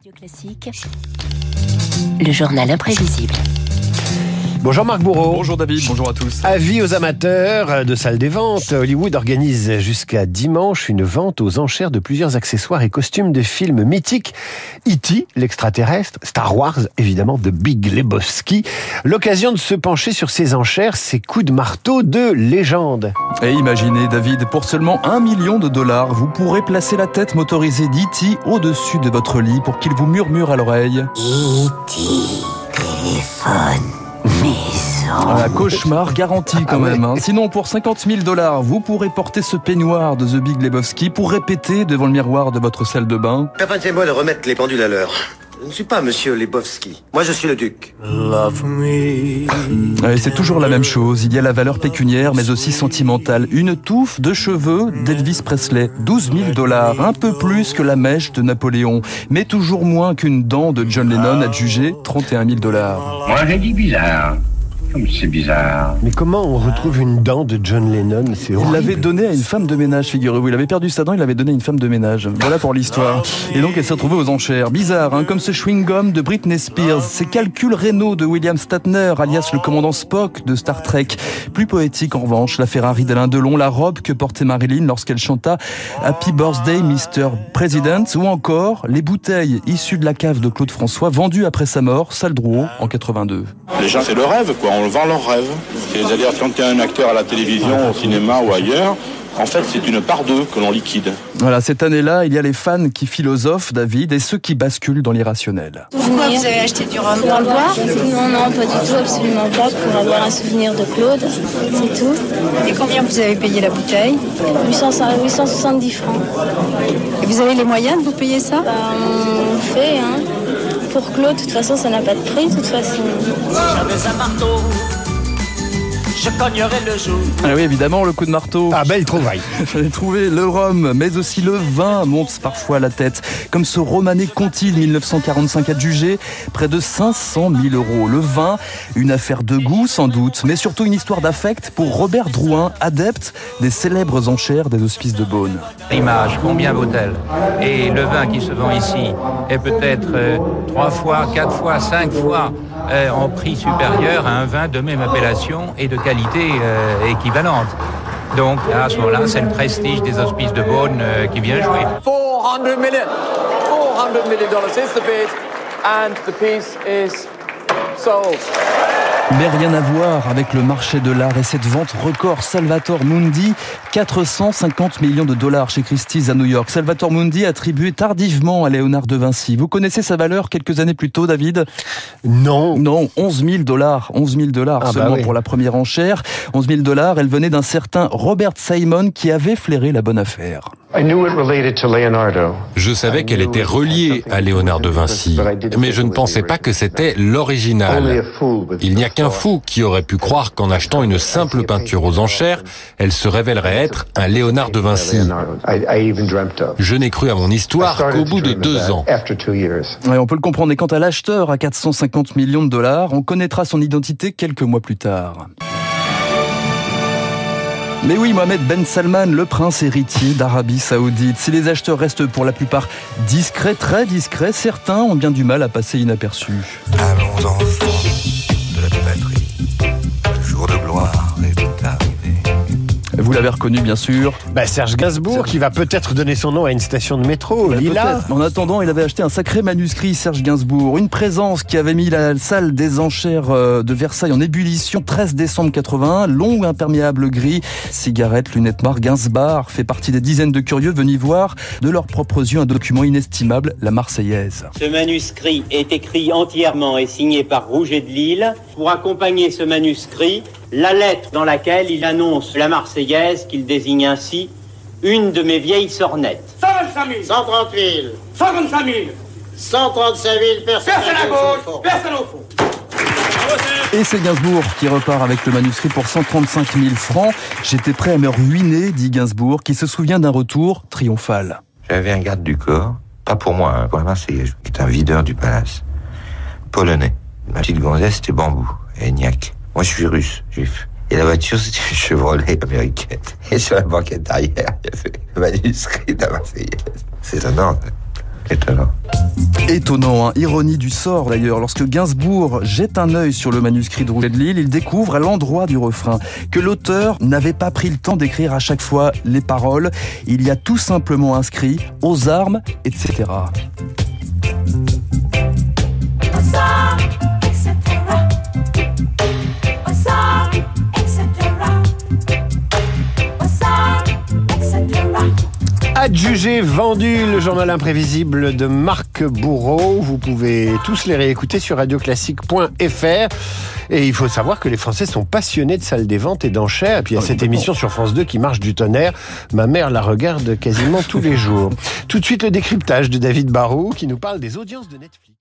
Radio Classique, le journal imprévisible. Bonjour Marc Bourreau. Bonjour David, bonjour à tous. Avis aux amateurs de salles des ventes. Hollywood organise jusqu'à dimanche une vente aux enchères de plusieurs accessoires et costumes de films mythiques. E.T., l'extraterrestre, Star Wars, évidemment, de Big Lebowski. L'occasion de se pencher sur ces enchères, ces coups de marteau de légende. Et imaginez David, pour seulement $1 million, vous pourrez placer la tête motorisée d'E.T. au-dessus de votre lit pour qu'il vous murmure à l'oreille. E.T. téléphone. Voilà, cauchemar garanti quand même. Sinon, pour $50 000, vous pourrez porter ce peignoir de The Big Lebowski pour répéter devant le miroir de votre salle de bain. Permettez-moi de remettre les pendules à l'heure. Je ne suis pas Monsieur Lebowski. Moi, je suis le duc. Love me. Et c'est toujours la même chose. Il y a la valeur pécuniaire, mais aussi sentimentale. Une touffe de cheveux d'Elvis Presley. $12 000. Un peu plus que la mèche de Napoléon. Mais toujours moins qu'une dent de John Lennon adjugée $31 000. Moi, j'ai dit bizarre. Comme c'est bizarre. Mais comment on retrouve une dent de John Lennon? C'est horrible. Il l'avait donné à une femme de ménage, figurez-vous. Il avait perdu sa dent, il l'avait donné à une femme de ménage. Voilà pour l'histoire. Et donc elle s'est retrouvée aux enchères. Bizarre, comme ce chewing-gum de Britney Spears. Ces calculs rénaux de William Statner, alias le commandant Spock de Star Trek. Plus poétique en revanche, la Ferrari d'Alain Delon, la robe que portait Marilyn lorsqu'elle chanta Happy Birthday Mr. President, ou encore les bouteilles issues de la cave de Claude François, vendues après sa mort, salle Drouot, en 82. Les gens, c'est le rêve, quoi. On vend leur rêve. C'est-à-dire, quand tu es un acteur à la télévision, au cinéma ou ailleurs, en fait, c'est une part d'eux que l'on liquide. Voilà, cette année-là, il y a les fans qui philosophent, David, et ceux qui basculent dans l'irrationnel. Pourquoi vous avez acheté du rhum? Pour le boire? Non, pas du tout, absolument pas. Pour avoir un souvenir de Claude, c'est tout. Et combien vous avez payé la bouteille? 870 francs. Et vous avez les moyens de vous payer ça? On fait, Pour Claude, de toute façon, ça n'a pas de prix, de toute façon. J'avais un marteau, je cognerais le jour. Ah oui, évidemment, le coup de marteau. Ah, belle trouvaille. Fallait trouver le rhum, mais aussi le vin monte parfois à la tête. Comme ce Romanée Conti de 1945 adjugé, près de 500 000 €. Le vin, une affaire de goût sans doute, mais surtout une histoire d'affect pour Robert Drouin, adepte des célèbres enchères des hospices de Beaune. L'image, combien vaut-elle? Et le vin qui se vend ici est peut-être 3 fois, 4 fois, 5 fois en prix supérieur à un vin de même appellation et de qualité équivalente. Donc à ce moment-là, c'est le prestige des hospices de Beaune qui vient jouer. $400 million is the bid, and the piece is sold. Mais rien à voir avec le marché de l'art et cette vente record Salvator Mundi, $450 millions chez Christie's à New York. Salvator Mundi attribué tardivement à Léonard de Vinci. Vous connaissez sa valeur quelques années plus tôt, David? Non. Non, $11 000. $11 000 seulement pour la première enchère. $11 000, elle venait d'un certain Robert Simon qui avait flairé la bonne affaire. Je savais qu'elle était reliée à Léonard de Vinci, mais je ne pensais pas que c'était l'original. Il n'y a qu'un fou qui aurait pu croire qu'en achetant une simple peinture aux enchères, elle se révélerait être un Léonard de Vinci. Je n'ai cru à mon histoire qu'au bout de 2 ans. Ouais, on peut le comprendre. Et quant à l'acheteur à $450 millions, on connaîtra son identité quelques mois plus tard. Mais oui, Mohamed Ben Salman, le prince héritier d'Arabie Saoudite. Si les acheteurs restent pour la plupart discrets, très discrets, certains ont bien du mal à passer inaperçus. Allons enfants de la patrie, le jour de gloire est arrivé. Vous l'avez reconnu, bien sûr. Serge Gainsbourg, qui va peut-être donner son nom à une station de métro, Lila. En attendant, il avait acheté un sacré manuscrit, Serge Gainsbourg. Une présence qui avait mis la salle des enchères de Versailles en ébullition. 13 décembre 81, long imperméable gris, cigarette, lunettes noires. Gainsbourg fait partie des dizaines de curieux venus voir de leurs propres yeux un document inestimable, la Marseillaise. Ce manuscrit est écrit entièrement et signé par Rouget de Lille. Pour accompagner ce manuscrit, la lettre dans laquelle il annonce la Marseillaise qu'il désigne ainsi une de mes vieilles sornettes. 125 000 130 000 135 000 135 000 personnes à gauche, personne au fond. Et c'est Gainsbourg qui repart avec le manuscrit pour 135 000 francs. J'étais prêt à me ruiner, dit Gainsbourg, qui se souvient d'un retour triomphal. J'avais un garde du corps, pas pour moi, pour la Marseillaise, qui est un videur du palace, polonais. Ma petite gonzesse, c'était Bambou, et Ignac. Moi, je suis russe, juif. Et la voiture, c'était une Chevrolet américaine. Et sur la banquette arrière, il y avait le manuscrit de la Marseillaise. C'est étonnant. Étonnant. Étonnant, hein. Ironie du sort d'ailleurs. Lorsque Gainsbourg jette un œil sur le manuscrit de Rouget de Lille, il découvre à l'endroit du refrain que l'auteur n'avait pas pris le temps d'écrire à chaque fois les paroles. Il y a tout simplement inscrit « aux armes », etc. Adjugé, vendu, le journal imprévisible de Marc Bourreau. Vous pouvez tous les réécouter sur radioclassique.fr. Et il faut savoir que les Français sont passionnés de salles des ventes et d'enchères. Et puis il y a cette émission sur France 2 qui marche du tonnerre. Ma mère la regarde quasiment tous les jours. Tout de suite, le décryptage de David Barrault qui nous parle des audiences de Netflix.